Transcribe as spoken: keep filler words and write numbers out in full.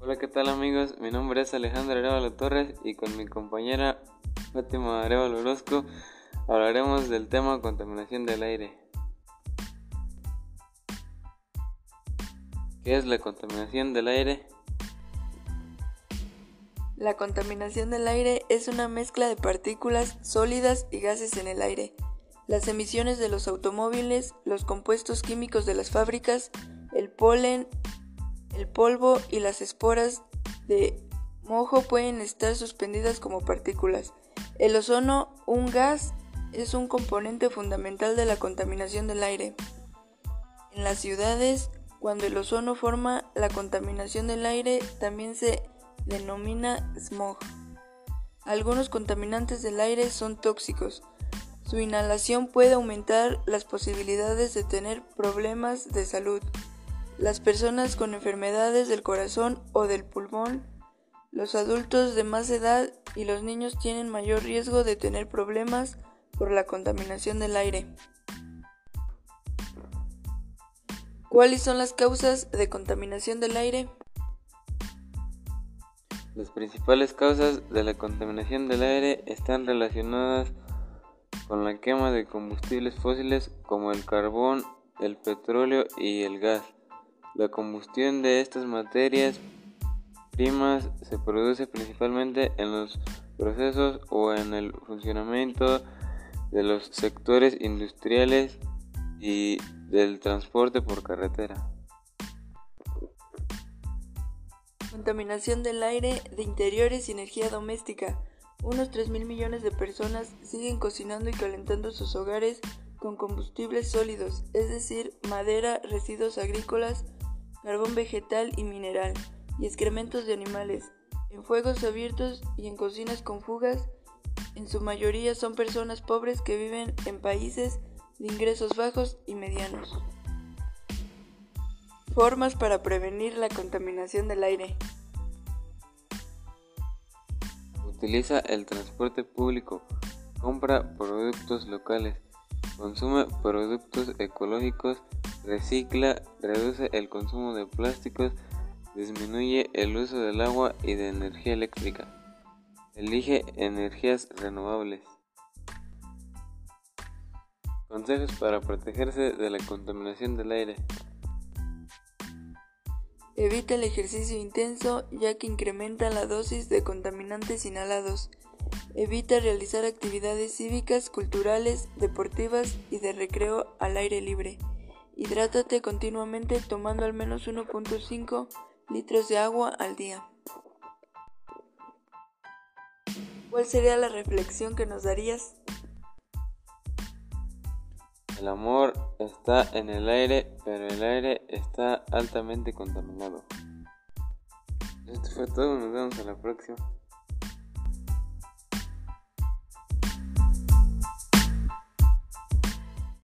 Hola, ¿qué tal amigos? Mi nombre es Alejandro Arevalo Torres y con mi compañera Fátima Arevalo Orozco hablaremos del tema contaminación del aire. ¿Qué es la contaminación del aire? La contaminación del aire es una mezcla de partículas sólidas y gases en el aire. Las emisiones de los automóviles, los compuestos químicos de las fábricas, el polen, el polvo y las esporas de moho pueden estar suspendidas como partículas. El ozono, un gas, es un componente fundamental de la contaminación del aire. En las ciudades, cuando el ozono forma la contaminación del aire, también se denomina smog. Algunos contaminantes del aire son tóxicos. Su inhalación puede aumentar las posibilidades de tener problemas de salud. Las personas con enfermedades del corazón o del pulmón, los adultos de más edad y los niños tienen mayor riesgo de tener problemas por la contaminación del aire. ¿Cuáles son las causas de contaminación del aire? Las principales causas de la contaminación del aire están relacionadas con la quema de combustibles fósiles como el carbón, el petróleo y el gas. La combustión de estas materias primas se produce principalmente en los procesos o en el funcionamiento de los sectores industriales y del transporte por carretera. Contaminación del aire de interiores y energía doméstica. Unos tres mil millones de personas siguen cocinando y calentando sus hogares con combustibles sólidos, es decir, madera, residuos agrícolas, carbón vegetal y mineral, y excrementos de animales, en fuegos abiertos y en cocinas con fugas. En su mayoría son personas pobres que viven en países de ingresos bajos y medianos. Formas para prevenir la contaminación del aire. Utiliza el transporte público, compra productos locales, consume productos ecológicos, recicla, reduce el consumo de plásticos, disminuye el uso del agua y de energía eléctrica. Elige energías renovables. Consejos para protegerse de la contaminación del aire. Evita el ejercicio intenso, ya que incrementa la dosis de contaminantes inhalados. Evita realizar actividades cívicas, culturales, deportivas y de recreo al aire libre. Hidrátate continuamente tomando al menos uno punto cinco litros de agua al día. ¿Cuál sería la reflexión que nos darías? El amor está en el aire, pero el aire está altamente contaminado. Esto fue todo, nos vemos a la próxima.